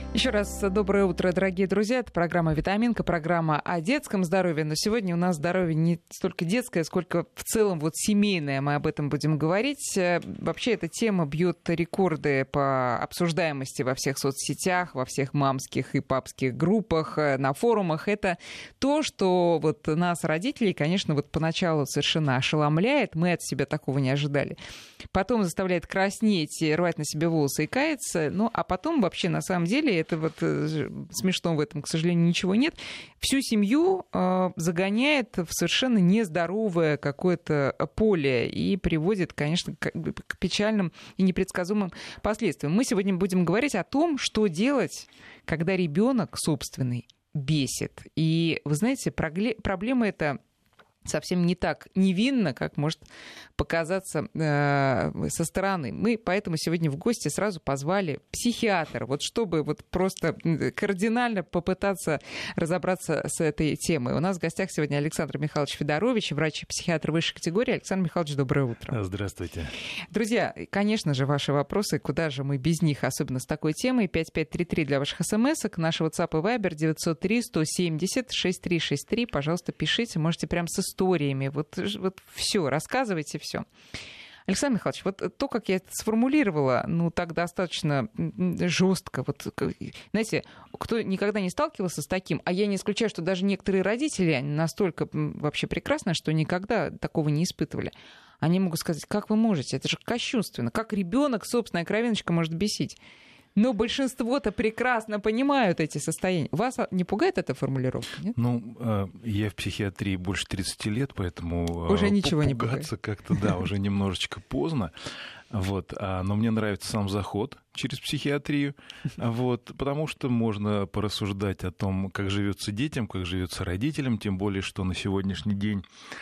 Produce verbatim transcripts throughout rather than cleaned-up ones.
Еще раз доброе утро, дорогие друзья. Это программа «Витаминка», программа о детском здоровье. Но сегодня у нас здоровье не столько детское, сколько в целом вот семейное. Мы об этом будем говорить. Вообще эта тема бьет рекорды по обсуждаемости во всех соцсетях, во всех мамских и папских группах, на форумах. Это то, что вот нас, родителей, конечно, вот поначалу совершенно ошеломляет. Мы от себя такого не ожидали. Потом заставляет краснеть, рвать на себе волосы и каяться. Ну, а потом вообще, на самом деле, это вот смешно в этом, к сожалению, ничего нет. Всю семью э, загоняет в совершенно нездоровое какое-то поле и приводит, конечно, к, к печальным и непредсказуемым последствиям. Мы сегодня будем говорить о том, что делать, когда ребенок собственный бесит. И, вы знаете, проблема эта совсем не так невинно, как может показаться э, со стороны. Мы поэтому сегодня в гости сразу позвали психиатра, вот чтобы вот просто кардинально попытаться разобраться с этой темой. У нас в гостях сегодня Александр Михайлович Федорович, врач-психиатр высшей категории. Александр Михайлович, доброе утро. Здравствуйте. Друзья, конечно же, ваши вопросы, куда же мы без них, особенно с такой темой. пять пять три три для ваших смс-ок, наш WhatsApp и Viber девять ноль три сто семьдесят шестьдесят три шестьдесят три. Пожалуйста, пишите, можете прям с историями. Вот, вот все, рассказывайте все. Александр Михайлович, вот то, как я это сформулировала, ну, так достаточно жестко. Вот, знаете, кто никогда не сталкивался с таким, а я не исключаю, что даже некоторые родители, они настолько вообще прекрасны, что никогда такого не испытывали. Они могут сказать, как вы можете, это же кощунственно, как ребенок собственная кровиночка может бесить. Но большинство-то прекрасно понимают эти состояния. Вас не пугает эта формулировка? Нет? Ну, я в психиатрии больше тридцати лет, поэтому уже ничего не пугаться как-то, да, уже немножечко поздно. Вот. Но мне нравится сам заход через психиатрию, вот, потому что можно порассуждать о том, как живется детям, как живется родителям, тем более, что на сегодняшний день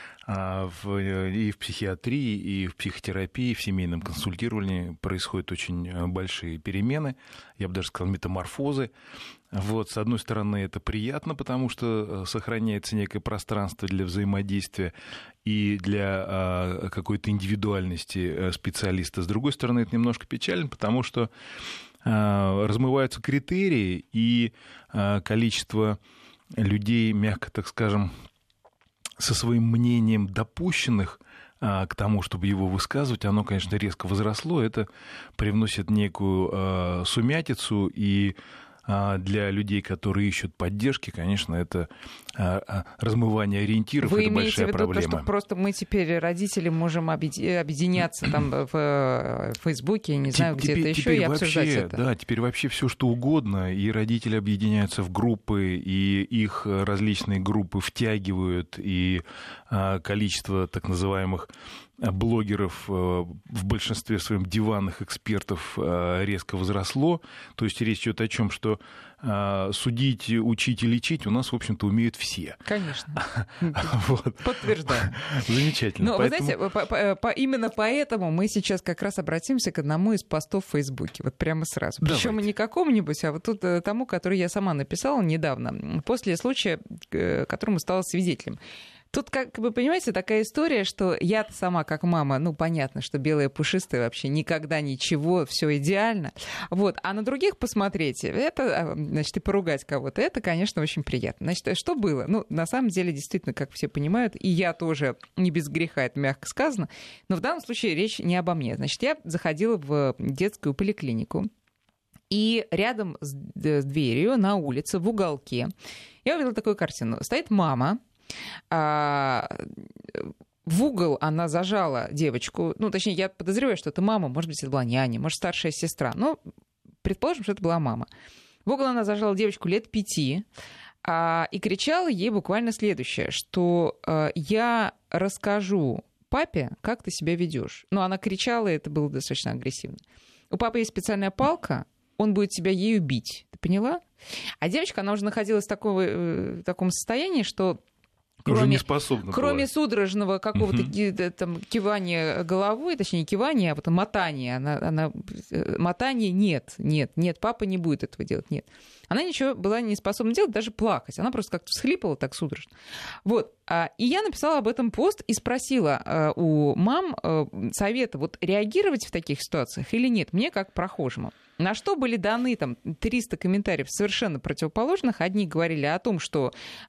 и в психиатрии, и в психотерапии, и в семейном консультировании происходят очень большие перемены, я бы даже сказал, метаморфозы. Вот, с одной стороны, это приятно, потому что сохраняется некое пространство для взаимодействия и для какой-то индивидуальности специалиста. С другой стороны, это немножко печально, потому что размываются критерии, и количество людей, мягко так скажем, со своим мнением допущенных а, к тому, чтобы его высказывать, оно, конечно, резко возросло. Это привносит некую а, сумятицу, и а, для людей, которые ищут поддержки, конечно, это а, размывание ориентиров. Вы это большая проблема. Вы имеете в виду то, что просто мы теперь, родители, можем объединяться там в Фейсбуке, я не знаю, теперь, где-то еще, и обсуждать вообще, это? Да, теперь вообще все что угодно, и родители объединяются в группы, и их различные группы втягивают, и а, количество так называемых блогеров в большинстве своем диванных экспертов резко возросло. То есть речь идет о чем, что судить, учить и лечить у нас, в общем-то, умеют все. Конечно. Вот. Подтверждаю. Замечательно. Но поэтому... вы знаете, по, по, по, именно поэтому мы сейчас как раз обратимся к одному из постов в Фейсбуке. Вот прямо сразу. Причем не какому-нибудь, а вот тут тому, который я сама написала недавно, после случая, которому стала свидетелем. Тут, как вы понимаете, такая история, что я-то сама, как мама, ну, понятно, что белая пушистая вообще никогда ничего, все идеально. Вот. А на других посмотреть, это, значит, и поругать кого-то, это, конечно, очень приятно. Значит, что было? Ну, на самом деле, действительно, как все понимают, и я тоже не без греха, это мягко сказано, но в данном случае речь не обо мне. Значит, я заходила в детскую поликлинику, и рядом с дверью на улице, в уголке, я увидела такую картину. Стоит мама, А, в угол она зажала девочку, ну, точнее, я подозреваю, что это мама, может быть, это была няня, может, старшая сестра, но предположим, что это была мама. В угол она зажала девочку лет пяти а, и кричала ей буквально следующее, что а, я расскажу папе, как ты себя ведешь. Ну, она кричала, и это было достаточно агрессивно. У папы есть специальная палка, он будет тебя ею бить. Ты поняла? А девочка, она уже находилась в, такого, в таком состоянии, что Кроме, уже не способна кроме была. судорожного какого-то uh-huh. там, кивания головой, точнее, не кивания, а вот мотания. Она, она, мотания нет, нет, нет, папа не будет этого делать, нет. Она ничего была не способна делать, даже плакать. Она просто как-то всхлипала так судорожно. Вот. И я написала об этом пост и спросила у мам совета, вот реагировать в таких ситуациях или нет, мне как прохожему. На что были даны там триста комментариев совершенно противоположных. Одни говорили о том, что,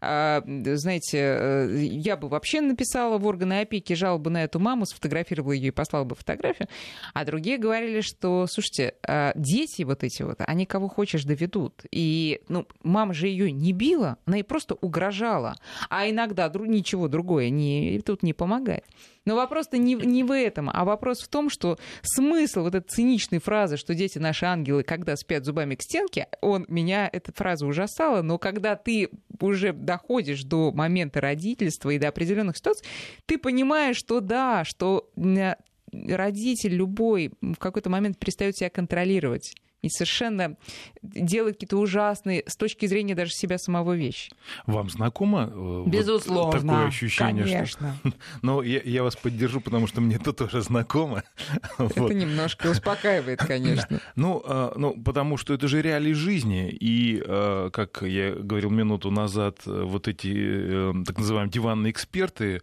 знаете, я бы вообще написала в органы опеки жалобу на эту маму, сфотографировала ее и послала бы фотографию. А другие говорили, что, слушайте, дети вот эти вот, они кого хочешь доведут. И, ну, мама же ее не била, она ей просто угрожала. А иногда ничего другое не, тут не помогает. Но вопрос-то не, не в этом, а вопрос в том, что смысл вот этой циничной фразы, что дети наши ангелы, когда спят зубами к стенке, он, меня эта фраза ужасала, но когда ты уже доходишь до момента родительства и до определенных ситуаций, ты понимаешь, что да, что родитель любой в какой-то момент перестает себя контролировать. И совершенно делать какие-то ужасные, с точки зрения даже себя самого, вещи. Вам знакомо Безусловно, вот такое ощущение? Конечно. Что... Ну, я, я вас поддержу, потому что мне это тоже знакомо. Это вот. Немножко успокаивает, конечно. Ну, ну, потому что это же реалии жизни. И, как я говорил минуту назад, вот эти так называемые диванные эксперты,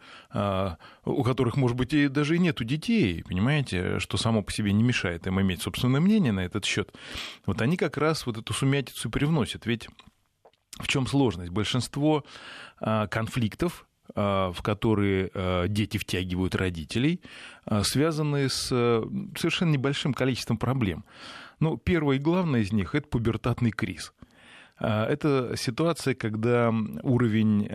у которых, может быть, и даже и нету детей, понимаете, что само по себе не мешает им иметь собственное мнение на этот счет. Вот они как раз вот эту сумятицу привносят. Ведь в чем сложность? Большинство конфликтов, в которые дети втягивают родителей, связаны с совершенно небольшим количеством проблем. Ну, первое и главное из них – это пубертатный криз. Это ситуация, когда уровень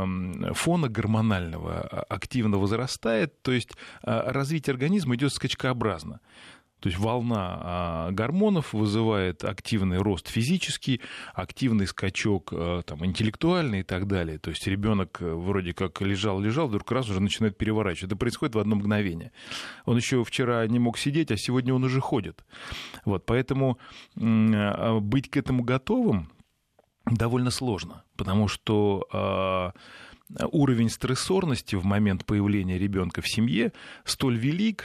фона гормонального активно возрастает, то есть развитие организма идет скачкообразно. То есть волна гормонов вызывает активный рост физический, активный скачок там, интеллектуальный и так далее. То есть ребенок вроде как лежал-лежал, вдруг раз уже начинает переворачивать. Это происходит в одно мгновение. Он еще вчера не мог сидеть, а сегодня он уже ходит. Вот, поэтому быть к этому готовым довольно сложно, потому что уровень стрессорности в момент появления ребенка в семье столь велик,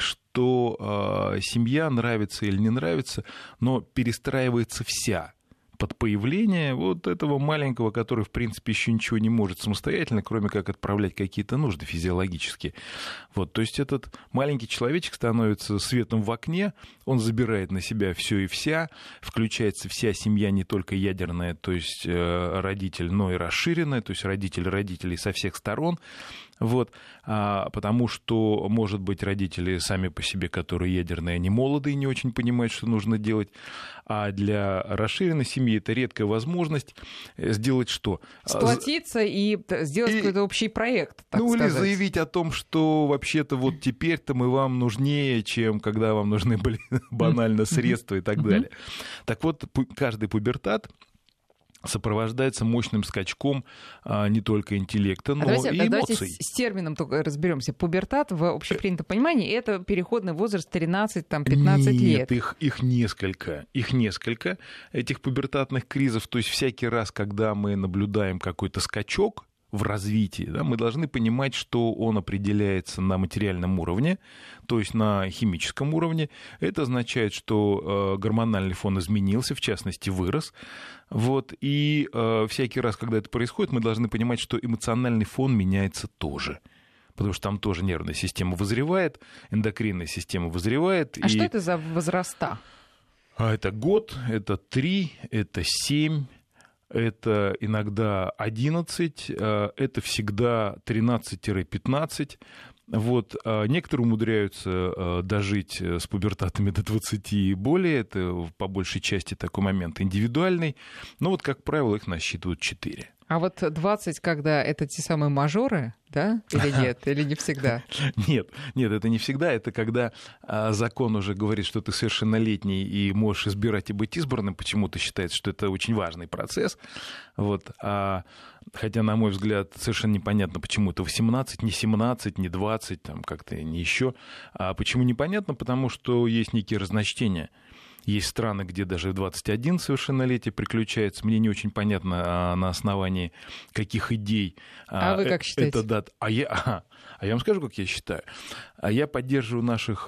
что семья, нравится или не нравится, но перестраивается вся под появление вот этого маленького, который, в принципе, еще ничего не может самостоятельно, кроме как отправлять какие-то нужды физиологические. Вот, то есть этот маленький человечек становится светом в окне, он забирает на себя все и вся, включается вся семья, не только ядерная, то есть родитель, но и расширенная, то есть родитель родителей со всех сторон. Вот, а, потому что, может быть, родители сами по себе, которые ядерные, они молодые, не очень понимают, что нужно делать. А для расширенной семьи это редкая возможность сделать что? Сплотиться и сделать и, какой-то общий проект, так ну, сказать. Или заявить о том, что вообще-то вот теперь-то мы вам нужнее, чем когда вам нужны были банально средства и так далее. Так вот, каждый пубертат сопровождается мощным скачком а, не только интеллекта, но а давайте, и эмоций. Давайте с, с термином только разберемся. Пубертат в общепринятом понимании — это переходный возраст тринадцать-пятнадцать лет. Нет, их, их несколько. Их несколько, этих пубертатных кризов. То есть всякий раз, когда мы наблюдаем какой-то скачок в развитии, да, мы должны понимать, что он определяется на материальном уровне, то есть на химическом уровне. Это означает, что э, гормональный фон изменился, в частности, вырос. Вот, и э, всякий раз, когда это происходит, мы должны понимать, что эмоциональный фон меняется тоже. Потому что там тоже нервная система вызревает, эндокринная система вызревает. А и... что это за возраста? А это год, это три, это семь. Это иногда одиннадцать, это всегда тринадцать-пятнадцать. Вот. Некоторые умудряются дожить с пубертатами до двадцати и более. Это по большей части такой момент индивидуальный. Но вот, как правило, их насчитывают четыре. А вот двадцать, когда это те самые мажоры, да, или нет, или не всегда? Нет, нет, это не всегда. Это когда а, закон уже говорит, что ты совершеннолетний и можешь избирать и быть избранным, почему-то считается, что это очень важный процесс. Вот. А, хотя, на мой взгляд, совершенно непонятно, почему это восемнадцать, не семнадцать, не двадцать, там как-то не еще. А почему непонятно? Потому что есть некие разночтения. Есть страны, где даже в двадцать один совершеннолетие приключается. Мне не очень понятно, на основании каких идей. А вы как считаете? Это дата. А я, а, а я вам скажу, как я считаю. А я поддерживаю наших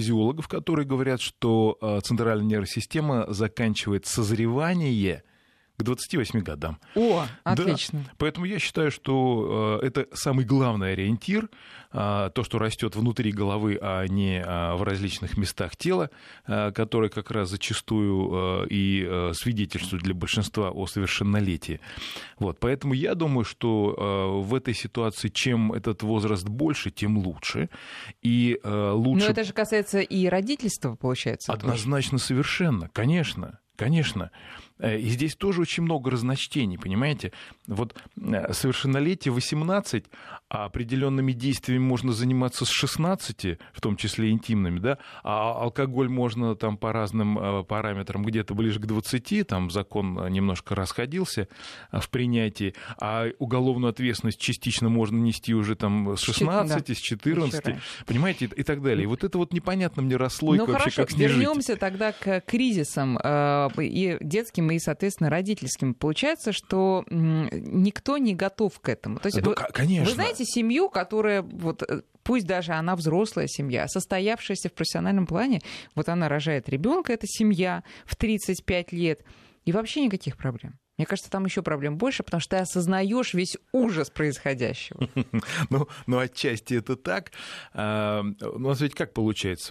нейрофизиологов, которые говорят, что центральная нервная система заканчивает созревание, к двадцати восьми годам. О, отлично. Да. Поэтому я считаю, что э, это самый главный ориентир, э, то, что растет внутри головы, а не э, в различных местах тела, э, которые как раз зачастую э, и э, свидетельствуют для большинства о совершеннолетии. Вот. Поэтому я думаю, что э, в этой ситуации чем этот возраст больше, тем лучше. И э, лучше... Но это же касается и родительства, получается. Однозначно, тоже. Совершенно, конечно. Конечно. И здесь тоже очень много разночтений, понимаете? Вот совершеннолетие восемнадцать, а определенными действиями можно заниматься с шестнадцати, в том числе интимными, да, а алкоголь можно там по разным параметрам где-то ближе к двадцати, там закон немножко расходился в принятии, а уголовную ответственность частично можно нести уже там с шестнадцати, с четырнадцати, понимаете, и так далее. И вот это вот непонятно мне расслойка ну, вообще, хорошо, как с ней жить. Вернемся тогда к кризисам э, и детским, и, соответственно, родительским. Получается, что никто не готов к этому. То есть, да, вы, конечно. Вы знаете семью, которая, вот, пусть даже она взрослая семья, состоявшаяся в профессиональном плане, вот она рожает ребенка, это семья в тридцать пять лет, и вообще никаких проблем. Мне кажется, там еще проблем больше, потому что ты осознаешь весь ужас происходящего. Ну, ну, отчасти это так. У нас ведь как получается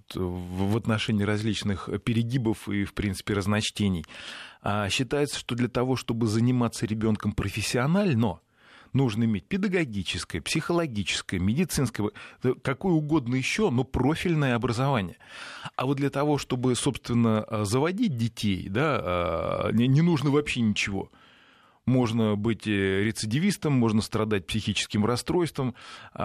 в отношении различных перегибов и, в принципе, разночтений? Считается, что для того, чтобы заниматься ребенком профессионально, нужно иметь педагогическое, психологическое, медицинское, какое угодно еще, но профильное образование. А вот для того, чтобы, собственно, заводить детей, да, не нужно вообще ничего. Можно быть рецидивистом, можно страдать психическим расстройством,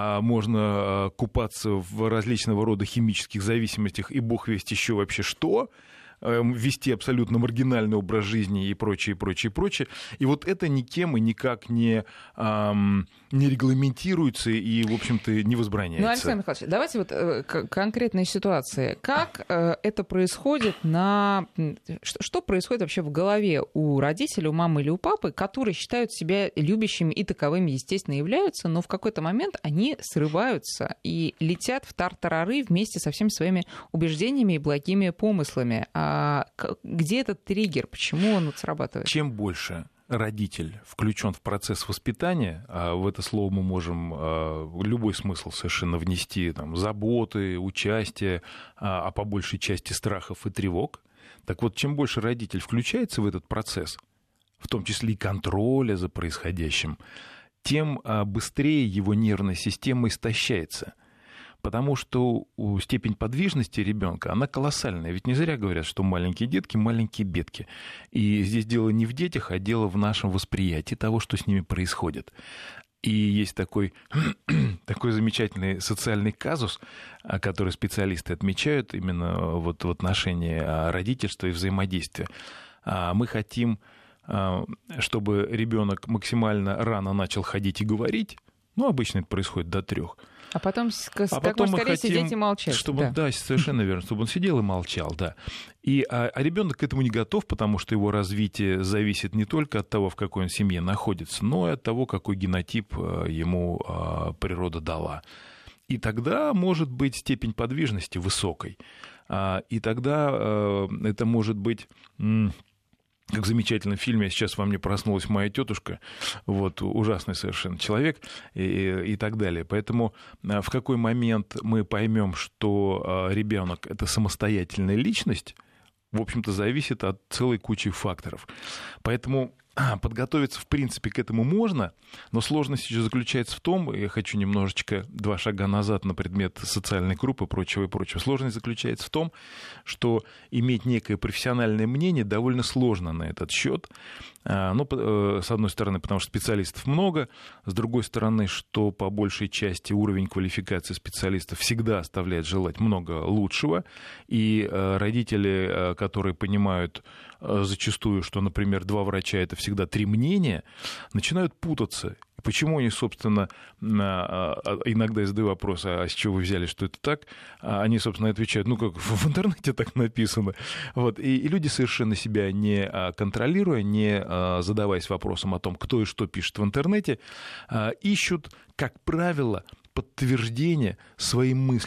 можно купаться в различного рода химических зависимостях и бог весть еще вообще что, вести абсолютно маргинальный образ жизни и прочее, прочее, прочее. И вот это никем и никак не, эм, не регламентируется и, в общем-то, не возбраняется. Ну, Александр Михайлович, давайте вот э, к- конкретной ситуации. Как э, это происходит на... Что, что происходит вообще в голове у родителей, у мамы или у папы, которые считают себя любящими и таковыми, естественно, являются, но в какой-то момент они срываются и летят в тартарары вместе со всеми своими убеждениями и благими помыслами. А где этот триггер? Почему он вот срабатывает? Чем больше родитель включен в процесс воспитания, а в это слово мы можем любой смысл совершенно внести, там, заботы, участие, а по большей части страхов и тревог. Так вот, чем больше родитель включается в этот процесс, в том числе и контроля за происходящим, тем быстрее его нервная система истощается. Потому что степень подвижности ребенка, она колоссальная. Ведь не зря говорят, что маленькие детки, маленькие бедки. И здесь дело не в детях, а дело в нашем восприятии того, что с ними происходит. И есть такой, такой замечательный социальный казус, который специалисты отмечают именно вот в отношении родительства и взаимодействия. Мы хотим, чтобы ребенок максимально рано начал ходить и говорить. Ну, обычно это происходит до трех. А потом, а как потом можно скорее хотим, сидеть и молчать. Чтобы, да. да, совершенно верно, чтобы он сидел и молчал, да. И, а, а ребенок к этому не готов, потому что его развитие зависит не только от того, в какой он семье находится, но и от того, какой генотип ему а, природа дала. И тогда может быть степень подвижности высокой. А, и тогда а, это может быть... М- Как в замечательном фильме «Сейчас во мне проснулась моя тетушка», вот, ужасный совершенно человек и, и так далее. Поэтому в какой момент мы поймем, что ребенок это самостоятельная личность, в общем-то, зависит от целой кучи факторов. Поэтому подготовиться, в принципе, к этому можно, но сложность еще заключается в том, я хочу немножечко два шага назад на предмет социальной группы и прочего и прочего. Сложность заключается в том, что иметь некое профессиональное мнение довольно сложно на этот счет. Ну, с одной стороны, потому что специалистов много, с другой стороны, что по большей части уровень квалификации специалистов всегда оставляет желать много лучшего, и родители, которые понимают зачастую, что, например, два врача — это всегда три мнения, начинают путаться. Почему они, собственно, иногда я задаю вопрос, а с чего вы взяли, что это так? Они, собственно, отвечают, ну как, в интернете так написано. Вот. И, и люди, совершенно себя не контролируя, не задаваясь вопросом о том, кто и что пишет в интернете, ищут, как правило, подтверждение своим мыслям.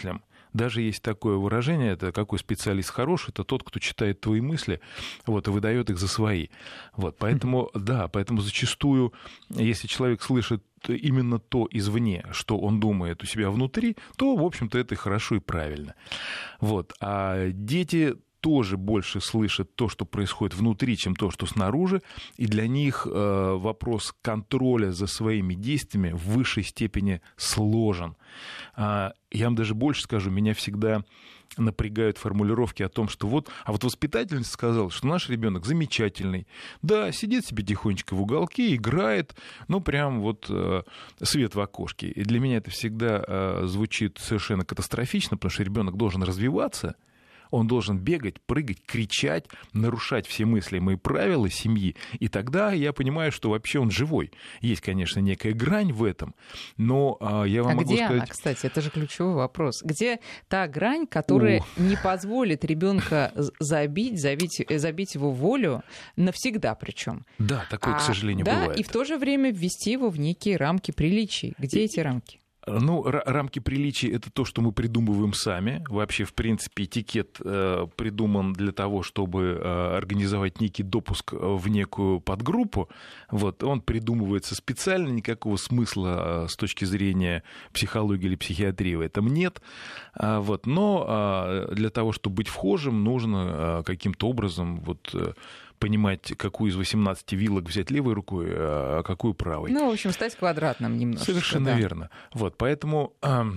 Даже есть такое выражение, это какой специалист хороший, это тот, кто читает твои мысли, вот, и выдает их за свои. Вот, поэтому, да, поэтому зачастую, если человек слышит именно то извне, что он думает у себя внутри, то, в общем-то, это и хорошо, и правильно. Вот. А дети тоже больше слышат то, что происходит внутри, чем то, что снаружи, и для них э, вопрос контроля за своими действиями в высшей степени сложен. А, я вам даже больше скажу, меня всегда напрягают формулировки о том, что вот, а вот воспитательница сказала, что наш ребенок замечательный, да, сидит себе тихонечко в уголке, играет, ну, прям вот э, свет в окошке. И для меня это всегда э, звучит совершенно катастрофично, потому что ребенок должен развиваться, он должен бегать, прыгать, кричать, нарушать все мыслимые правила семьи. И тогда я понимаю, что вообще он живой. Есть, конечно, некая грань в этом, но а, я вам а могу где сказать... она, кстати? Это же ключевой вопрос. Где та грань, которая Ух. не позволит ребенка забить, забить, забить его волю навсегда причем? Да, такое, а, к сожалению, да, бывает. И в то же время ввести его в некие рамки приличий. Где и... эти рамки? Ну, рамки приличия — это то, что мы придумываем сами. Вообще, в принципе, этикет э, придуман для того, чтобы э, организовать некий допуск в некую подгруппу. Вот, он придумывается специально, никакого смысла э, с точки зрения психологии или психиатрии в этом нет. А, вот, но э, для того, чтобы быть вхожим, нужно э, каким-то образом... Вот, э, понимать, какую из восемнадцати вилок взять левой рукой, а какую правой. Ну, в общем, стать квадратным немножко. Совершенно да. верно. Вот, поэтому...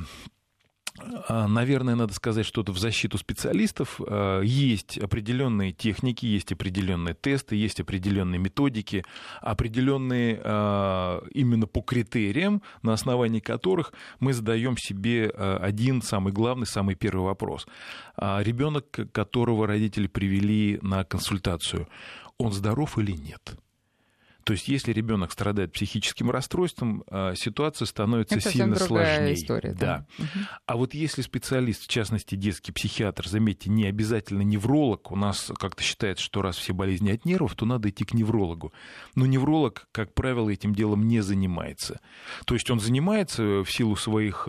Наверное, надо сказать что-то в защиту специалистов. Есть определенные техники, есть определенные тесты, есть определенные методики, определенные именно по критериям, на основании которых мы задаем себе один самый главный, самый первый вопрос. Ребенок, которого родители привели на консультацию, он здоров или нет? То есть, если ребенок страдает психическим расстройством, ситуация становится это сильно сложнее. История, да. Да. Угу. А вот если специалист, в частности, детский психиатр, заметьте, не обязательно невролог, у нас как-то считается, что раз все болезни от нервов, то надо идти к неврологу. Но невролог, как правило, этим делом не занимается. То есть он занимается в силу своих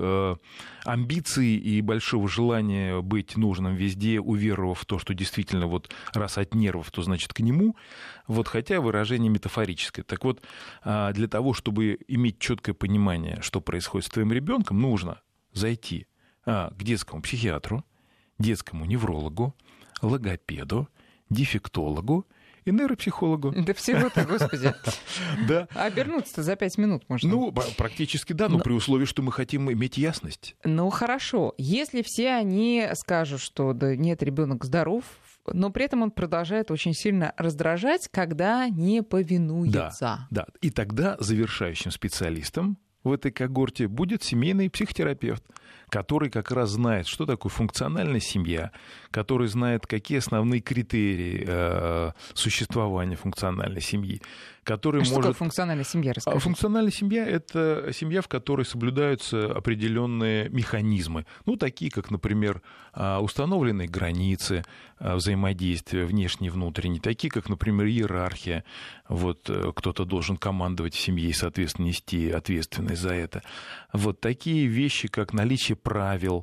амбиций и большого желания быть нужным везде, уверовав в то, что действительно вот раз от нервов, то значит к нему. Вот, хотя выражение метафорическое. Так вот, для того, чтобы иметь четкое понимание, что происходит с твоим ребенком, нужно зайти к детскому психиатру, детскому неврологу, логопеду, дефектологу и нейропсихологу. Да всего-то, господи. Да. А обернуться-то за пять минут можно. Ну, практически да, но, но при условии, что мы хотим иметь ясность. Ну, хорошо. Если все они скажут, что да нет, ребенок здоров, но при этом он продолжает очень сильно раздражать, когда не повинуется. Да, да. И тогда завершающим специалистом в этой когорте будет семейный психотерапевт, который как раз знает, что такое функциональная семья, который знает, какие основные критерии э, существования функциональной семьи, который а может... Что такое функциональная семья? Расскажите. Функциональная семья — это семья, в которой соблюдаются определенные механизмы, ну, такие как, например, установленные границы взаимодействия внешние и внутренние, такие как, например, иерархия. Вот кто-то должен командовать в семье и, соответственно, нести ответственность за это. Вот такие вещи, как наличие правил.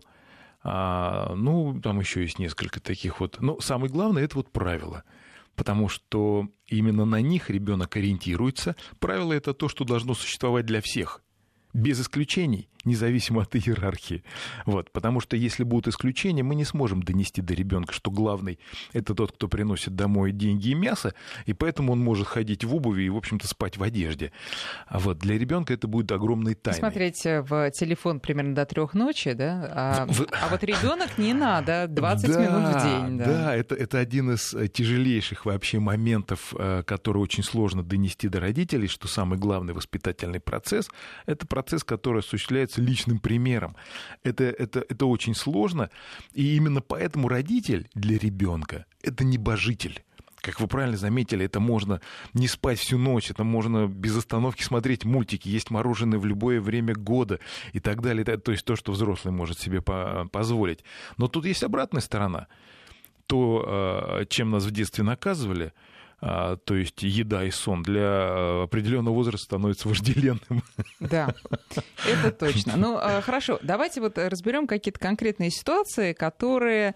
А, ну, там еще есть несколько таких вот. Но самое главное — это вот правила. Потому что именно на них ребенок ориентируется. Правило — это то, что должно существовать для всех, без исключений, независимо от иерархии. Вот, потому что если будут исключения, мы не сможем донести до ребенка, что главный — это тот, кто приносит домой деньги и мясо, и поэтому он может ходить в обуви и, в общем-то, спать в одежде. А вот для ребенка это будет огромной тайной. Смотреть в телефон примерно до трех ночи, да? А, в... а вот ребенок не надо, двадцать да, минут в день. Да, да, это, это один из тяжелейших вообще моментов, который очень сложно донести до родителей, что самый главный воспитательный процесс — это процесс, который осуществляется личным примером. Это, это, это очень сложно, и именно поэтому родитель для ребенка — это небожитель. Как вы правильно заметили, это можно не спать всю ночь, это можно без остановки смотреть мультики, есть мороженое в любое время года и так далее. То есть то, что взрослый может себе позволить. Но тут есть обратная сторона. То, чем нас в детстве наказывали, А, то есть еда и сон для определенного возраста становится вожделенным. Да, это точно. Ну, хорошо, давайте вот разберем какие-то конкретные ситуации, которые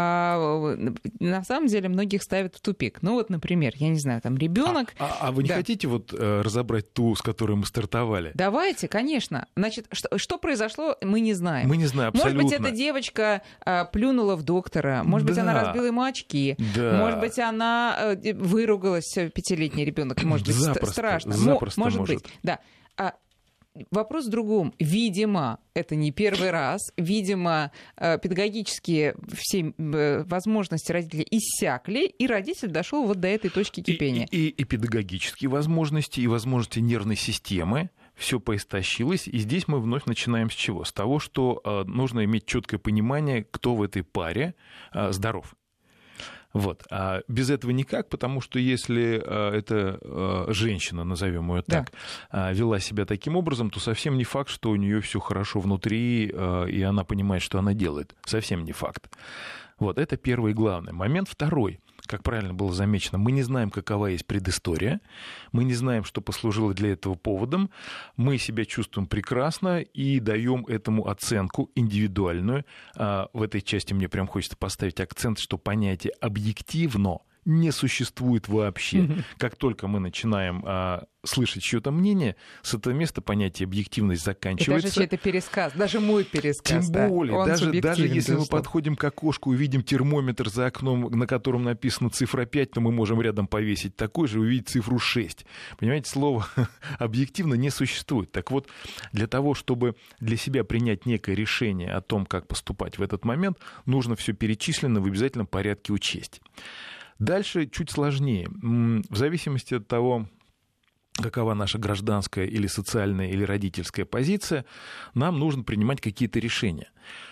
а, на самом деле многих ставят в тупик. Ну вот, например, я не знаю, там ребенок. А, а, а вы не да. хотите вот разобрать ту, с которой мы стартовали? Давайте, конечно. Значит, что, что произошло, мы не знаем. Мы не знаем абсолютно. Может быть, эта девочка а, плюнула в доктора, может да. быть, она разбила ему очки, да. может быть, она а, выругалась, пятилетний ребенок, может быть, запросто, страшно. Запросто может, может быть, да. А, вопрос в другом. Видимо, это не первый раз. Видимо, педагогические все возможности родителей иссякли, и родитель дошел вот до этой точки кипения. И, и, и педагогические возможности, и возможности нервной системы. Все поистощилось, и здесь мы вновь начинаем с чего? С того, что э, нужно иметь четкое понимание, кто в этой паре э, здоров. Вот. А без этого никак, потому что если э, эта э, женщина, назовем ее так, да. э, вела себя таким образом, то совсем не факт, что у нее все хорошо внутри, э, и она понимает, что она делает. Совсем не факт. Вот, это первый и главный. Момент второй. Как правильно было замечено, мы не знаем, какова есть предыстория, мы не знаем, что послужило для этого поводом, мы себя чувствуем прекрасно и даем этому оценку индивидуальную. В этой части мне прям хочется поставить акцент, что понятие «объективно» не существует вообще. Mm-hmm. Как только мы начинаем а, слышать чье-то мнение, с этого места понятие объективность заканчивается. И даже чей-то пересказ, даже мой пересказ. Тем да, более, даже, даже если мы что? подходим к окошку и видим термометр за окном, на котором написано цифра пять, то мы можем рядом повесить такой же и увидеть цифру шесть. Понимаете, слово объективно не существует. Так вот, для того, чтобы для себя принять некое решение о том, как поступать в этот момент, нужно все перечисленное в обязательном порядке учесть. Дальше чуть сложнее. В зависимости от того, какова наша гражданская или социальная или родительская позиция, нам нужно принимать какие-то решения.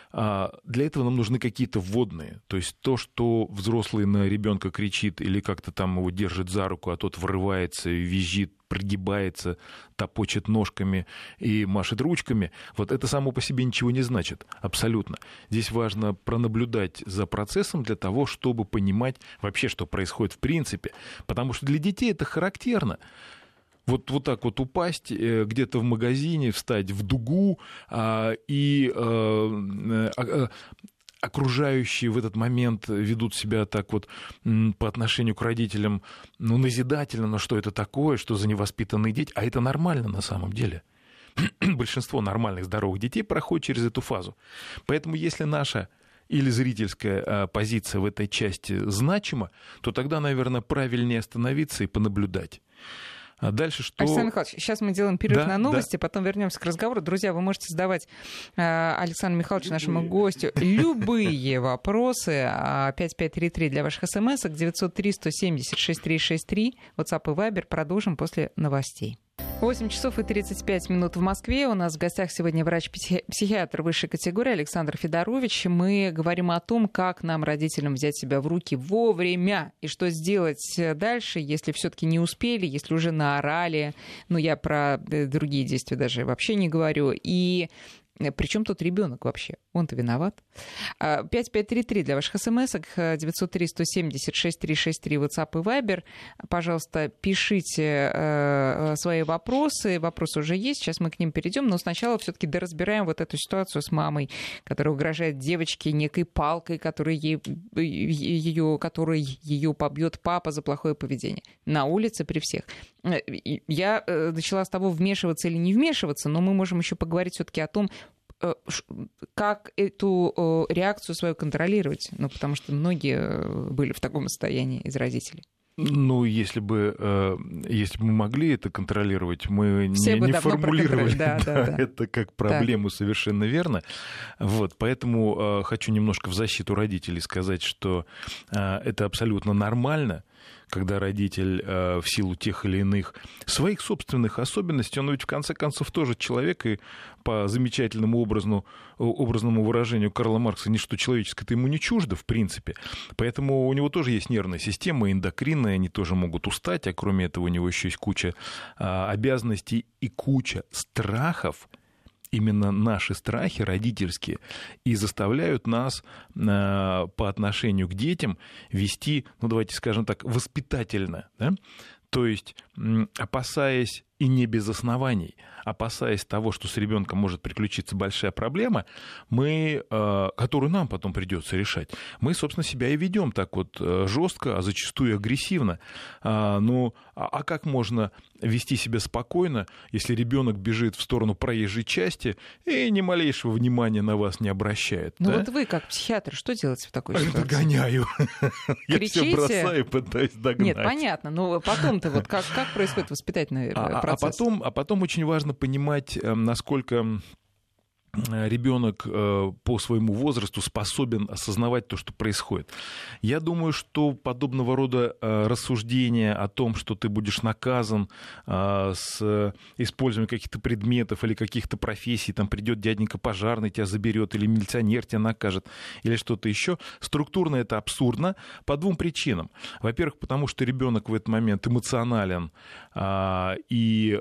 Для этого нам нужны какие-то вводные. То есть то, что взрослый на ребенка кричит или как-то там его держит за руку, а тот врывается, визжит, прогибается, топочет ножками и машет ручками, вот это само по себе ничего не значит. Абсолютно. Здесь важно пронаблюдать за процессом для того, чтобы понимать вообще, что происходит в принципе. Потому что для детей это характерно. Вот, вот так вот упасть где-то в магазине, встать в дугу, а, и а, а, окружающие в этот момент ведут себя так вот по отношению к родителям, ну, назидательно, но что это такое, что за невоспитанные дети, а это нормально на самом деле. Большинство нормальных, здоровых детей проходит через эту фазу. Поэтому если наша или зрительская позиция в этой части значима, то тогда, наверное, правильнее остановиться и понаблюдать. А дальше что? Александр Михайлович, сейчас мы делаем перерыв да, на новости, да. потом вернемся к разговору. Друзья, вы можете задавать э, Александру Михайловичу, нашему гостю, любые вопросы. пять пять три три для ваших смс-ок, девять три сто семьдесят шесть три шесть три, WhatsApp и Viber. Продолжим после новостей. восемь часов и тридцать пять минут в Москве. У нас в гостях сегодня врач-психиатр высшей категории Александр Федорович. Мы говорим о том, как нам, родителям, взять себя в руки вовремя и что сделать дальше, если все-таки не успели, если уже наорали. Ну, я про другие действия даже вообще не говорю. И причем тут ребенок вообще? Он-то виноват. пять пять три три для ваших смс-ок, девять три сто семьдесят шесть три шесть три, WhatsApp и Viber. Пожалуйста, пишите э, свои вопросы. Вопросы уже есть, сейчас мы к ним перейдем. Но сначала все-таки доразбираем вот эту ситуацию с мамой, которая угрожает девочке некой палкой, которой ей, ее, которой ее побьет папа за плохое поведение. На улице при всех. Я начала с того, вмешиваться или не вмешиваться, но мы можем еще поговорить все-таки о том, как эту реакцию свою контролировать, ну, потому что многие были в таком состоянии из родителей. Ну, если бы, если бы мы могли это контролировать, мы Все не, не формулировали да, да, да, это как проблему, да. Совершенно верно. Вот, поэтому хочу немножко в защиту родителей сказать, что это абсолютно нормально, когда родитель в силу тех или иных своих собственных особенностей, он ведь в конце концов тоже человек, и по замечательному образному, образному выражению Карла Маркса, ничто человеческое-то ему не чуждо, в принципе. Поэтому у него тоже есть нервная система, эндокринная, они тоже могут устать, а кроме этого у него еще есть куча обязанностей и куча страхов, именно наши страхи родительские и заставляют нас э, по отношению к детям вести, ну давайте скажем так, воспитательно, да? То есть, опасаясь, и не без оснований, опасаясь того, что с ребенком может приключиться большая проблема, мы, которую нам потом придется решать, мы, собственно, себя и ведем так вот жестко, а зачастую агрессивно. Ну, а как можно вести себя спокойно, если ребенок бежит в сторону проезжей части и ни малейшего внимания на вас не обращает? Ну да? вот вы, как психиатр, что делаете в такой ситуации? Догоняю. Я все бросаю, пытаюсь догнать. Нет, понятно, но потом-то вот как, как происходит воспитательный а, процесс? А потом, а потом очень важно понимать, насколько ребенок по своему возрасту способен осознавать то, что происходит. Я думаю, что подобного рода рассуждения о том, что ты будешь наказан с использованием каких-то предметов или каких-то профессий, там придет дяденька пожарный, тебя заберет, или милиционер тебя накажет, или что-то еще, структурно это абсурдно по двум причинам. Во-первых, потому что ребенок в этот момент эмоционален, и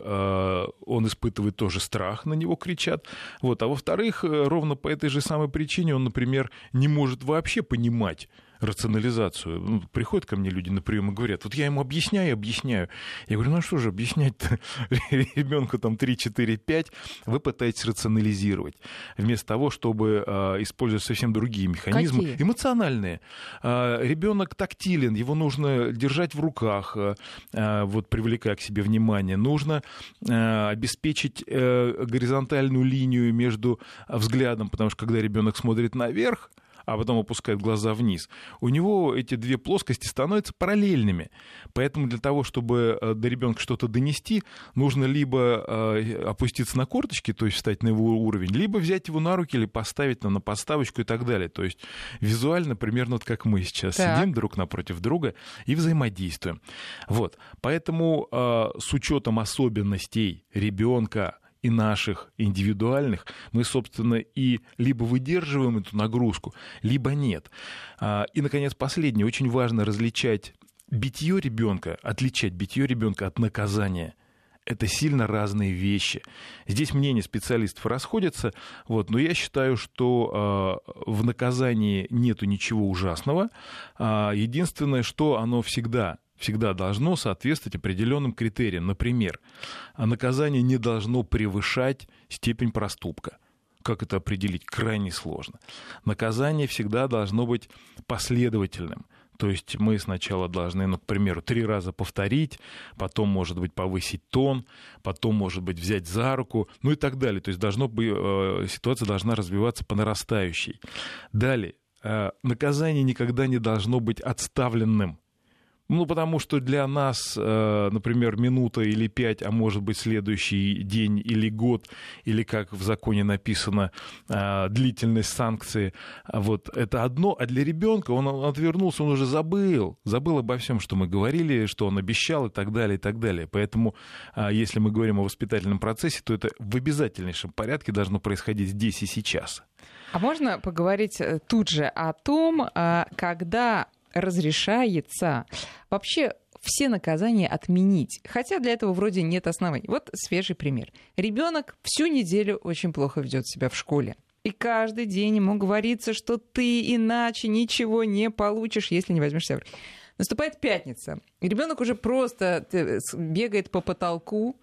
он испытывает тоже страх, на него кричат. Вот. А во-вторых, Во-вторых, ровно по этой же самой причине он, например, не может вообще понимать рационализацию. Ну, приходят ко мне люди на прием и говорят, вот я ему объясняю, объясняю. Я говорю, ну что же объяснять-то ребенку там три, четыре, пять, вы пытаетесь рационализировать. Вместо того, чтобы э, использовать совсем другие механизмы. Какие? Эмоциональные. Э, ребенок тактилен, его нужно держать в руках, э, вот, привлекая к себе внимание. Нужно э, обеспечить э, горизонтальную линию между взглядом, потому что когда ребенок смотрит наверх, а потом опускает глаза вниз, у него эти две плоскости становятся параллельными. Поэтому для того, чтобы до ребенка что-то донести, нужно либо опуститься на корточки, то есть встать на его уровень, либо взять его на руки или поставить на подставочку и так далее. То есть визуально примерно вот как мы сейчас так. сидим друг напротив друга и взаимодействуем. Вот. Поэтому с учетом особенностей ребенка и наших индивидуальных, мы, собственно, и либо выдерживаем эту нагрузку, либо нет. И, наконец, последнее. Очень важно различать битье ребенка, отличать битье ребенка от наказания. Это сильно разные вещи. Здесь мнения специалистов расходятся, вот, но я считаю, что э, в наказании нету ничего ужасного. Э, единственное, что оно всегда... всегда должно соответствовать определенным критериям. Например, наказание не должно превышать степень проступка. Как это определить? Крайне сложно. Наказание всегда должно быть последовательным. То есть мы сначала должны, ну, к примеру, три раза повторить, потом, может быть, повысить тон, потом, может быть, взять за руку, ну и так далее. То есть должно быть, э, ситуация должна развиваться по нарастающей. Далее, э, наказание никогда не должно быть отставленным. Ну, потому что для нас, например, минута или пять, а может быть, следующий день или год, или, как в законе написано, длительность санкции, вот это одно, а для ребенка он отвернулся, он уже забыл, забыл обо всем, что мы говорили, что он обещал и так далее, и так далее. Поэтому, если мы говорим о воспитательном процессе, то это в обязательнейшем порядке должно происходить здесь и сейчас. А можно поговорить тут же о том, когда разрешается вообще все наказания отменить. Хотя для этого вроде нет оснований. Вот свежий пример. Ребенок всю неделю очень плохо ведет себя в школе. И каждый день ему говорится, что ты иначе ничего не получишь, если не возьмешь себя в руки. Наступает пятница. Ребенок уже просто бегает по потолку,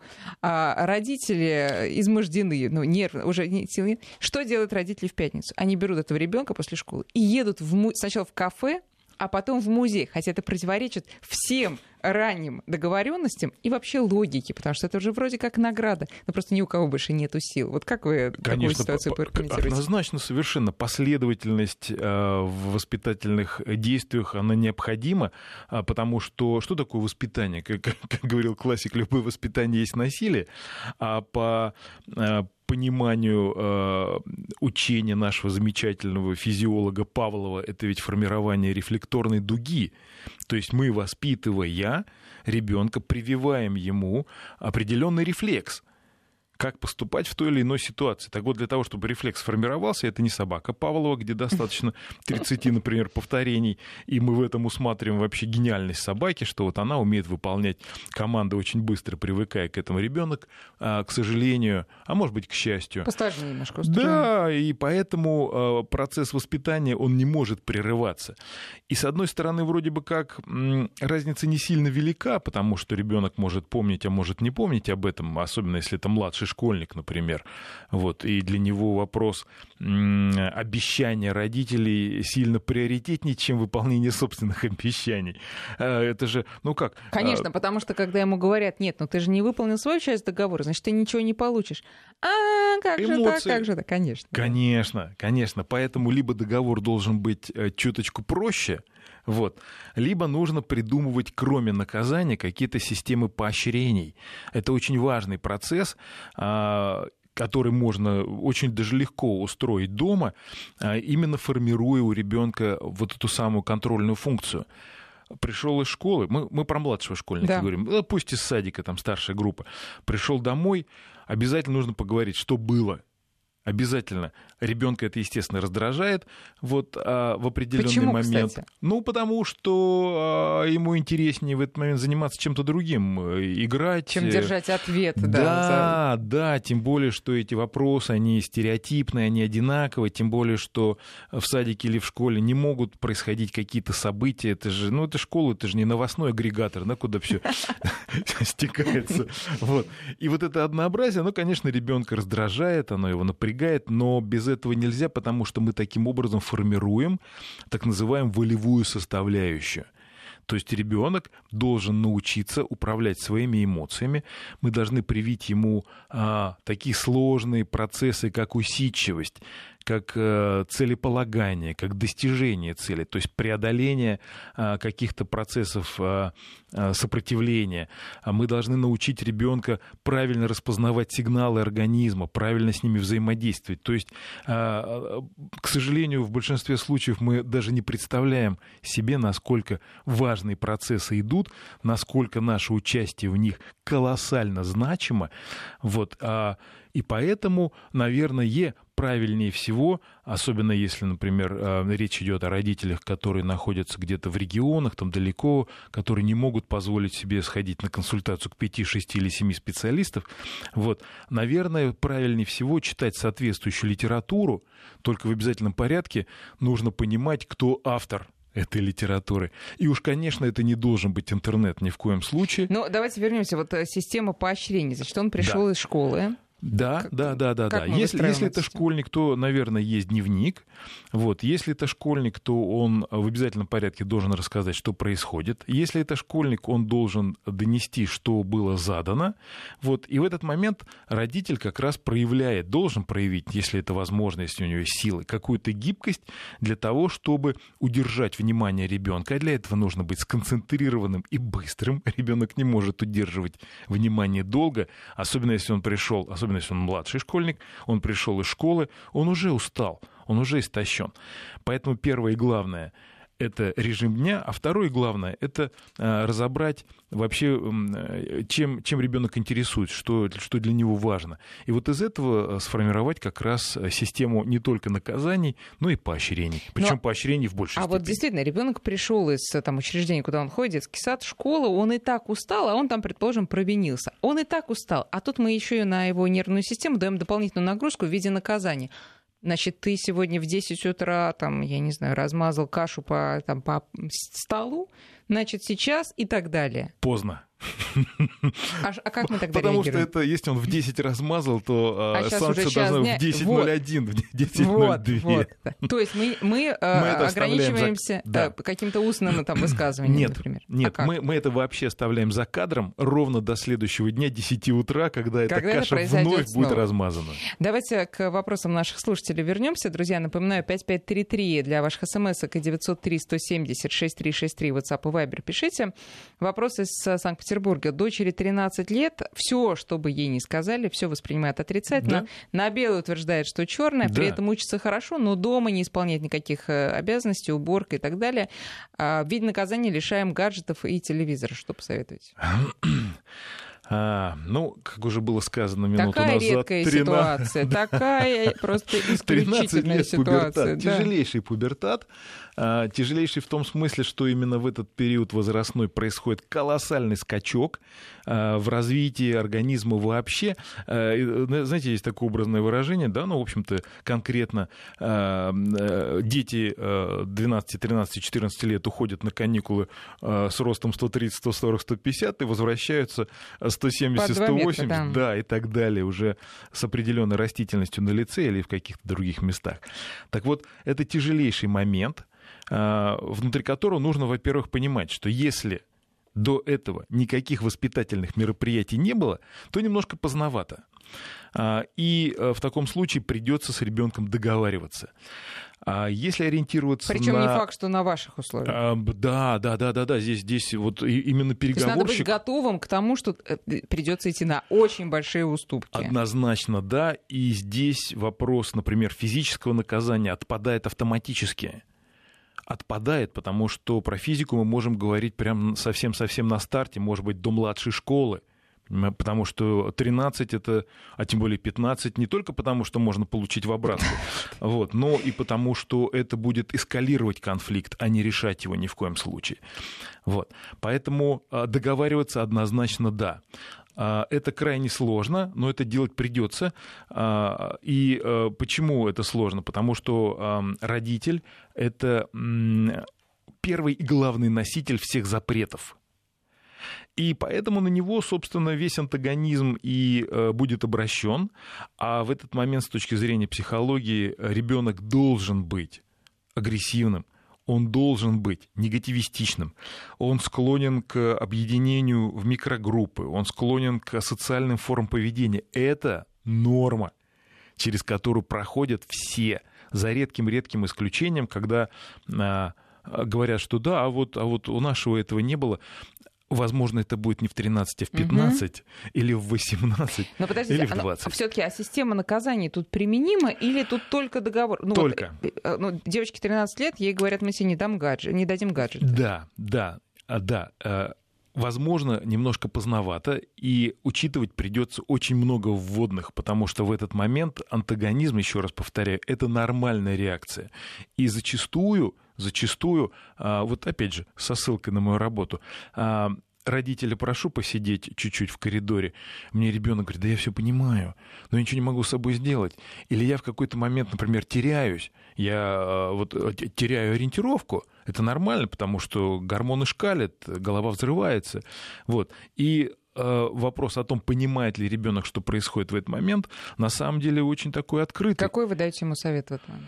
а родители измождены, ну, нервно, уже сил нет. Что делают родители в пятницу? Они берут этого ребенка после школы и едут в му... сначала в кафе, а потом в музей, хотя это противоречит всем ранним договоренностям и вообще логике, потому что это уже вроде как награда, но просто ни у кого больше нету сил. Вот как вы Конечно, такую ситуацию прокомментируете? Однозначно, совершенно последовательность в воспитательных действиях, она необходима, потому что что такое воспитание? Как, как говорил классик, любое воспитание есть насилие, а по пониманию э, учения нашего замечательного физиолога Павлова, это ведь формирование рефлекторной дуги. То есть мы, воспитывая ребенка, прививаем ему определенный рефлекс. как поступать в той или иной ситуации. Так вот, для того, чтобы рефлекс сформировался, это не собака Павлова, где достаточно тридцать, например, повторений, и мы в этом усматриваем вообще гениальность собаки, что вот она умеет выполнять команды очень быстро, привыкая к этому. Ребенок, к сожалению, а может быть, к счастью. Посложнее немножко устроен. Да, и поэтому процесс воспитания, он не может прерываться. И, с одной стороны, вроде бы как разница не сильно велика, потому что ребенок может помнить, а может не помнить об этом, особенно если это младший школьник, например. Вот. И для него вопрос м- обещания родителей сильно приоритетнее, чем выполнение собственных обещаний. Это же, ну как... Конечно, потому что когда ему говорят, нет, ну ты же не выполнил свою часть договора, значит, ты ничего не получишь. А, как Эмоции. же так, как же так, конечно. Конечно, конечно. Поэтому либо договор должен быть чуточку проще, вот. Либо нужно придумывать, кроме наказания, какие-то системы поощрений. Это очень важный процесс, который можно очень даже легко устроить дома, именно формируя у ребенка вот эту самую контрольную функцию. Пришел из школы, мы, мы про младшего школьника да. говорим, ну, пусть из садика, там старшая группа, пришел домой, обязательно нужно поговорить, что было. Обязательно. Ребенка это, естественно, раздражает вот, а, в определенный Почему, момент. Кстати? Ну, потому что а, ему интереснее в этот момент заниматься чем-то другим, играть. Чем держать ответ. Да, да, за... да, тем более, что эти вопросы, они стереотипные, они одинаковые, тем более, что в садике или в школе не могут происходить какие-то события. Это же, ну, это школа, это же не новостной агрегатор, да, куда все стекается. И вот это однообразие, оно, конечно, ребенка раздражает, оно его напрягает, но без этого нельзя, потому что мы таким образом формируем так называемую волевую составляющую. То есть ребенок должен научиться управлять своими эмоциями. Мы должны привить ему а, такие сложные процессы, как усидчивость, как э, целеполагание, как достижение цели, то есть преодоление э, каких-то процессов э, э, сопротивления. Мы должны научить ребенка правильно распознавать сигналы организма, правильно с ними взаимодействовать. То есть, э, к сожалению, в большинстве случаев мы даже не представляем себе, насколько важные процессы идут, насколько наше участие в них колоссально значимо. Вот, э, и поэтому, наверное, правильнее всего, особенно если, например, речь идет о родителях, которые находятся где-то в регионах, там далеко, которые не могут позволить себе сходить на консультацию к пяти, шести или семи специалистов, вот, наверное, правильнее всего читать соответствующую литературу, только в обязательном порядке нужно понимать, кто автор этой литературы. И уж, конечно, это не должен быть интернет ни в коем случае. Ну, давайте вернемся. Вот система поощрений. Значит, он пришел да. из школы. Да, как, да, да, да, да. Если, если это школьник, то, наверное, есть дневник. Вот. Если это школьник, то он в обязательном порядке должен рассказать, что происходит. Если это школьник, он должен донести, что было задано. Вот. И в этот момент родитель как раз проявляет, должен проявить, если это возможно, если у него есть силы, какую-то гибкость для того, чтобы удержать внимание ребенка. А для этого нужно быть сконцентрированным и быстрым. Ребенок не может удерживать внимание долго, особенно если он пришел, особенно если он младший школьник, он пришел из школы, он уже устал, он уже истощен. Поэтому первое и главное — это режим дня, а второе и главное — это разобрать вообще, чем, чем ребенок интересуется, что, что для него важно. И вот из этого сформировать как раз систему не только наказаний, но и поощрений. Причем поощрений в большей а степени. А вот действительно, ребенок пришел из там, учреждения, куда он ходит, детский сад, школа, он и так устал, а он там, предположим, провинился. Он и так устал, а тут мы еще и на его нервную систему даем дополнительную нагрузку в виде наказания. Значит, ты сегодня в десять утра, там, я не знаю, размазал кашу по, там, по столу, значит, сейчас и так далее. Поздно. А, а как мы тогда Потому реагируем? что это, если он в десять размазал, то а санкция должна дня... в десять ноль один, вот. в десять ноль два. Вот, вот, да. То есть мы, мы, мы ограничиваемся за... да. каким-то устным там, высказыванием, нет, например. Нет, а мы, мы это вообще оставляем за кадром ровно до следующего дня, десяти утра, когда, когда эта каша вновь снова. будет размазана. Давайте к вопросам наших слушателей вернемся. Друзья, напоминаю, пять пять три три для ваших смс-ок и девятьсот три сто семьдесят шесть триста шестьдесят три WhatsApp и Viber пишите. Вопрос из Санкт-Петербурга. Дочери тринадцать лет, все, что бы ей ни сказали, все воспринимает отрицательно. Да. На белое утверждает, что черное, да. При этом учится хорошо, но дома не исполняет никаких обязанностей, уборка и так далее. В виде наказания лишаем гаджетов и телевизора. Что посоветуете? А, ну, как уже было сказано минуту такая назад... редкая тринадцать ситуация, такая просто исключительная ситуация. Пубертат, да. Тяжелейший пубертат. А, тяжелейший в том смысле, что именно в этот период возрастной происходит колоссальный скачок а, в развитии организма вообще. А, знаете, есть такое образное выражение, да, ну, в общем-то, конкретно а, дети двенадцать, тринадцать, четырнадцать лет уходят на каникулы а, с ростом сто тридцать, сто сорок, сто пятьдесят и возвращаются сто семьдесят, сто восемьдесят, метра, да. да, и так далее, уже с определенной растительностью на лице или в каких-то других местах. Так вот, это тяжелейший момент, внутри которого нужно, во-первых, понимать, что если до этого никаких воспитательных мероприятий не было, то немножко поздновато. И в таком случае придется с ребенком договариваться. А если ориентироваться Причем на... не факт, что на ваших условиях. А, да, да, да, да, да. Здесь, здесь вот именно переговорщик... То есть надо быть готовым к тому, что придется идти на очень большие уступки. Однозначно, да. И здесь вопрос, например, физического наказания отпадает автоматически. Отпадает, потому что про физику мы можем говорить прям совсем-совсем на старте, может быть, до младшей школы. Потому что тринадцать это, а тем более пятнадцать, не только потому, что можно получить в обратку, вот, но и потому, что это будет эскалировать конфликт, а не решать его ни в коем случае. Вот. Поэтому договариваться однозначно да. Это крайне сложно, но это делать придется. И почему это сложно? Потому что родитель — это первый и главный носитель всех запретов. И поэтому на него, собственно, весь антагонизм и э, будет обращен. А в этот момент, с точки зрения психологии, ребенок должен быть агрессивным, он должен быть негативистичным, он склонен к объединению в микрогруппы, он склонен к асоциальным формам поведения. Это норма, через которую проходят все, за редким-редким исключением, когда э, говорят, что да, а вот, а вот у нашего этого не было. Возможно, это будет не в тринадцать, а в пятнадцать, угу. или в восемнадцать, но подождите, или в двадцать. А все-таки а система наказаний тут применима или тут только договор? Ну, только. Вот, ну, девочке тринадцать лет, ей говорят, мы тебе не, дам гаджет, не дадим гаджет. Да, да, да. Возможно, немножко поздновато, и учитывать придется очень много вводных, потому что в этот момент антагонизм, еще раз повторяю, это нормальная реакция. И зачастую, зачастую, вот опять же, со ссылкой на мою работу, родителя прошу посидеть чуть-чуть в коридоре, мне ребенок говорит, да я все понимаю, но я ничего не могу с собой сделать. Или я в какой-то момент, например, теряюсь, я вот теряю ориентировку, это нормально, потому что гормоны шкалят, голова взрывается. Вот. И э, вопрос о том, понимает ли ребенок, что происходит в этот момент, на самом деле очень такой открытый. Какой вы даете ему совет в этот момент?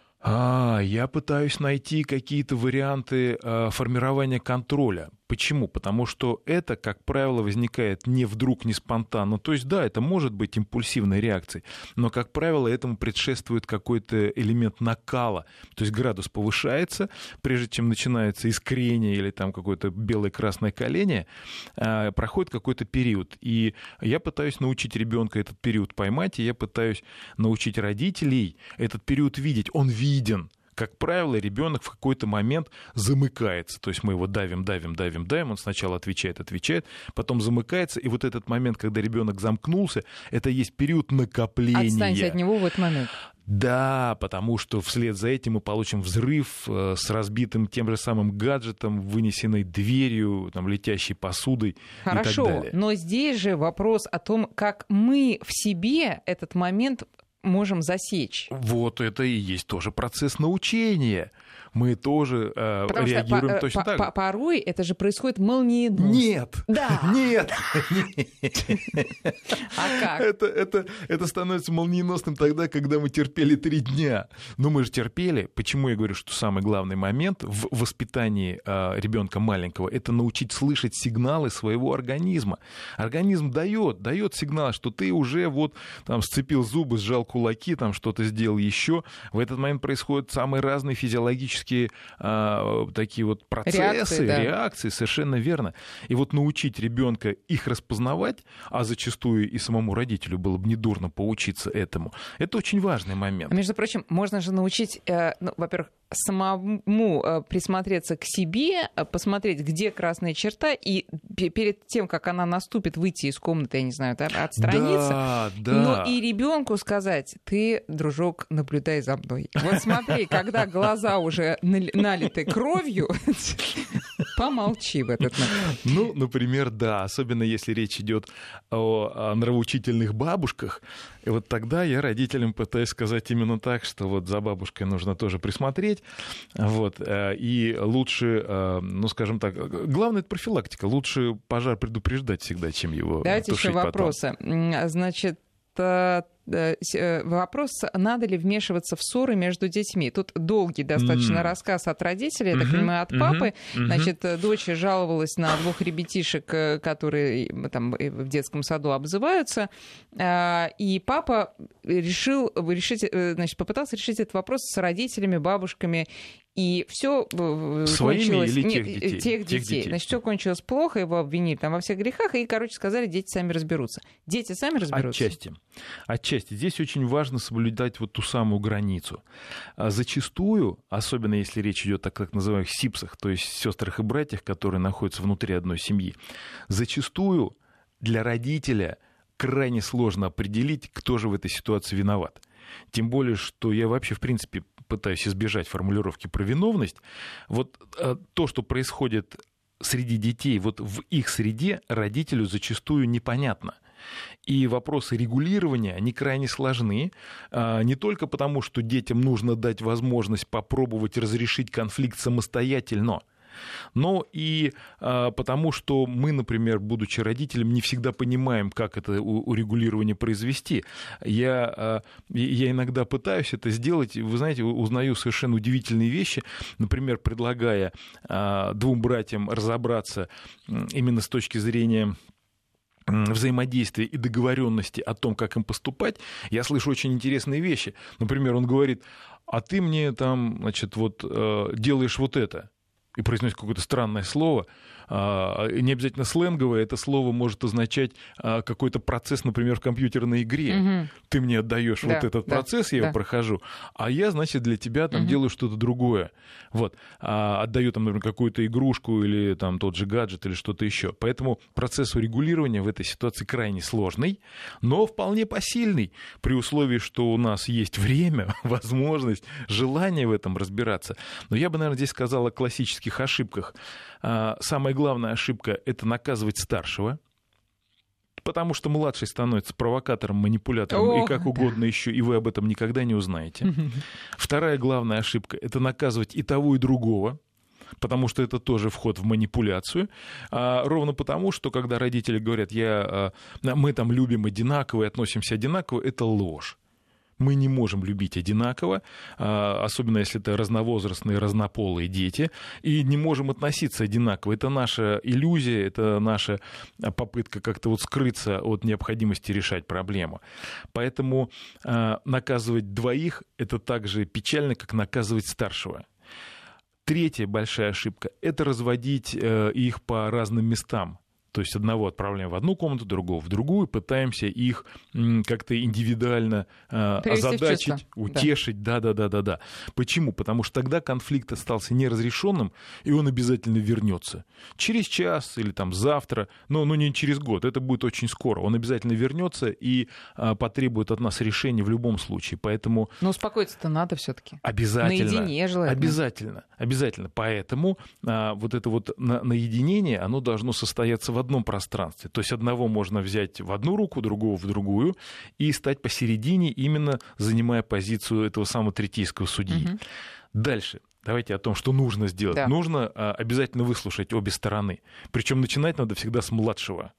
А, я пытаюсь найти какие-то варианты э, формирования контроля. Почему? Потому что это, как правило, возникает не вдруг, не спонтанно. То есть, да, это может быть импульсивной реакцией, но, как правило, этому предшествует какой-то элемент накала. То есть градус повышается, прежде чем начинается искрение или там какое-то белое-красное коление, э, проходит какой-то период. И я пытаюсь научить ребенка этот период поймать, и я пытаюсь научить родителей этот период видеть. Он виден. Как правило, ребенок в какой-то момент замыкается. То есть мы его давим, давим, давим, давим. Он сначала отвечает, отвечает, потом замыкается. И вот этот момент, когда ребенок замкнулся, это есть период накопления. Отстаньте от него в этот момент. Да, потому что вслед за этим мы получим взрыв с разбитым тем же самым гаджетом, вынесенной дверью, там, летящей посудой. Хорошо, и так далее. Но здесь же вопрос о том, как мы в себе этот момент можем засечь. Вот это и есть тоже процесс научения. Мы тоже э, реагируем по, точно по, так по, же. Порой это же происходит молниеносно. Нет! Да! Нет! А как? Это, это, это становится молниеносным тогда, когда мы терпели три дня. Но мы же терпели. Почему я говорю, что самый главный момент в воспитании э, ребенка маленького — это научить слышать сигналы своего организма. Организм дает, дает сигнал, что ты уже вот там сцепил зубы, сжал кулаки, там что-то сделал еще. В этот момент происходят самые разные физиологические а, такие вот процессы, реакции, да. реакции, совершенно верно. И вот научить ребенка их распознавать, а зачастую и самому родителю было бы недурно поучиться этому, это очень важный момент. Между прочим, можно же научить, э, ну, во-первых, самому присмотреться к себе, посмотреть, где красная черта, и перед тем, как она наступит, выйти из комнаты, я не знаю, отстраниться, да, да. но и ребенку сказать: ты, дружок, наблюдай за мной. Вот смотри, когда глаза уже налиты кровью, помолчи в этот момент. Ну, например, да, особенно если речь идет о, о нравоучительных бабушках. И вот тогда я родителям пытаюсь сказать именно так, что вот за бабушкой нужно тоже присмотреть. Вот, и лучше, ну, скажем так, главное — это профилактика. Лучше пожар предупреждать всегда, чем его Давайте тушить еще вопросы. Потом. Значит, вопрос, надо ли вмешиваться в ссоры между детьми. Тут долгий достаточно mm. рассказ от родителей, я так mm-hmm. понимаю, от папы. Mm-hmm. Значит, дочь жаловалась на двух ребятишек, которые там в детском саду обзываются, и папа решил решить, значит, попытался решить этот вопрос с родителями, бабушками. И все кончилось... Или Нет, тех детей? Тех детей. Тех детей. Значит, все кончилось плохо, его обвинили там во всех грехах, и, короче, сказали, дети сами разберутся. Дети сами разберутся? Отчасти. Отчасти. Здесь очень важно соблюдать вот ту самую границу. Зачастую, особенно если речь идет о так называемых сипсах, то есть сестрах и братьях, которые находятся внутри одной семьи, зачастую для родителя крайне сложно определить, кто же в этой ситуации виноват. Тем более, что я вообще, в принципе, пытаюсь избежать формулировки про виновность. Вот то, что происходит среди детей, вот в их среде родителю зачастую непонятно. И вопросы регулирования, они крайне сложны, не только потому, что детям нужно дать возможность попробовать разрешить конфликт самостоятельно, но и а, потому, что мы, например, будучи родителем, не всегда понимаем, как это урегулирование произвести. Я, а, я иногда пытаюсь это сделать, вы знаете, узнаю совершенно удивительные вещи, например, предлагая а, двум братьям разобраться именно с точки зрения взаимодействия и договоренности о том, как им поступать, я слышу очень интересные вещи. Например, он говорит: а ты мне там, значит, вот делаешь вот это. И произносит какое-то странное слово, не обязательно сленговое, это слово может означать какой-то процесс, например, в компьютерной игре. Угу. Ты мне отдаешь да, вот этот да, процесс, я да. его прохожу, а я, значит, для тебя там угу. делаю что-то другое. Вот. Отдаю там, например, какую-то игрушку или там тот же гаджет или что-то еще. Поэтому процесс урегулирования в этой ситуации крайне сложный, но вполне посильный, при условии, что у нас есть время, возможность, желание в этом разбираться. Но я бы, наверное, здесь сказал о классических ошибках. Самая главная ошибка — это наказывать старшего, потому что младший становится провокатором, манипулятором О, и как угодно да. еще, и вы об этом никогда не узнаете. Вторая главная ошибка — это наказывать и того, и другого, потому что это тоже вход в манипуляцию. А, ровно потому, что когда родители говорят, я, мы там любим одинаково и относимся одинаково, это ложь. Мы не можем любить одинаково, особенно если это разновозрастные, разнополые дети, и не можем относиться одинаково. Это наша иллюзия, это наша попытка как-то вот скрыться от необходимости решать проблему. Поэтому наказывать двоих — это так же печально, как наказывать старшего. Третья большая ошибка — это разводить их по разным местам. То есть одного отправляем в одну комнату, другого в другую, пытаемся их как-то индивидуально Привести озадачить, утешить. Да-да-да-да-да. Почему? Потому что тогда конфликт остался неразрешенным, и он обязательно вернется. Через час или там завтра, но ну, не через год, это будет очень скоро. Он обязательно вернется и а, потребует от нас решения в любом случае. Поэтому... Но успокоиться-то надо все-таки. Обязательно. Наедине желательно. Обязательно. Обязательно. Поэтому а, вот это вот на, наединение, оно должно состояться в одном пространстве. То есть одного можно взять в одну руку, другого в другую и стать посередине, именно занимая позицию этого самого третейского судьи. Угу. Дальше. Давайте о том, что нужно сделать. Да. Нужно а, обязательно выслушать обе стороны. Причем начинать надо всегда с младшего.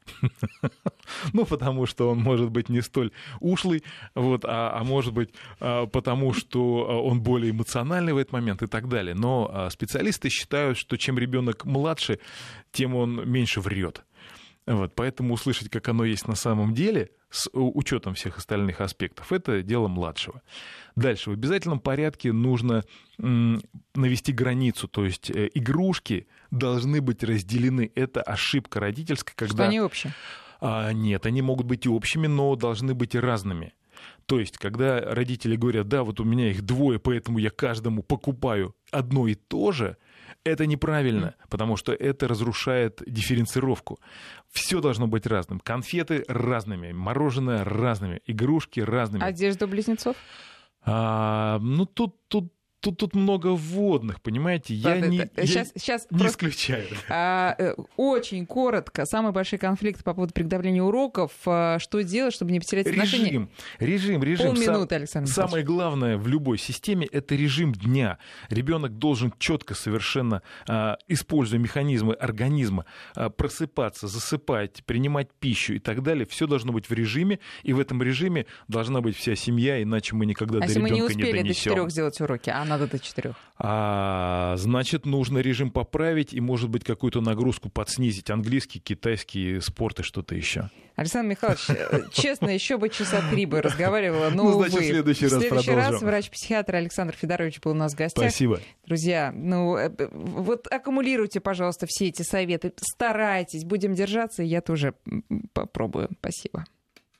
Ну, потому что он может быть не столь ушлый, вот, а, а может быть а, потому, что он более эмоциональный в этот момент и так далее. Но а, специалисты считают, что чем ребенок младше, тем он меньше врет. Вот, поэтому услышать, как оно есть на самом деле, с учетом всех остальных аспектов, это дело младшего. Дальше. В обязательном порядке нужно м, навести границу, то есть э, игрушки должны быть разделены. Это ошибка родительская, когда... Что они общие? А, нет, они могут быть и общими, но должны быть и разными. То есть, когда родители говорят, да, вот у меня их двое, поэтому я каждому покупаю одно и то же, это неправильно, потому что это разрушает дифференцировку. Все должно быть разным. Конфеты разными, мороженое разными, игрушки разными. Одежда близнецов? А, ну, тут, тут Тут, тут много вводных, понимаете? Я да, не, да, да. Сейчас, я сейчас не просто, исключаю. А, очень коротко. Самый большой конфликт по поводу приготовления уроков. А, что делать, чтобы не потерять отношения? Режим, режим, режим. Полминуты, Александр Михайлович. Самое главное в любой системе — это режим дня. Ребенок должен четко совершенно, а, используя механизмы организма, а, просыпаться, засыпать, принимать пищу и так далее. Все должно быть в режиме, и в этом режиме должна быть вся семья, иначе мы никогда а до ребенка не донесем. А если мы не успели до четырех сделать уроки, а надо до четырех? А, значит, нужно режим поправить и, может быть, какую-то нагрузку подснизить. Английский, китайский, спорт и что-то еще. Александр Михайлович, честно, еще бы часа три бы разговаривала, но, ну, значит, увы. в следующий раз В следующий продолжим. раз врач-психиатр Александр Федорович был у нас в гостях. Спасибо. Друзья, ну, вот аккумулируйте, пожалуйста, все эти советы, старайтесь, будем держаться, и я тоже попробую. Спасибо.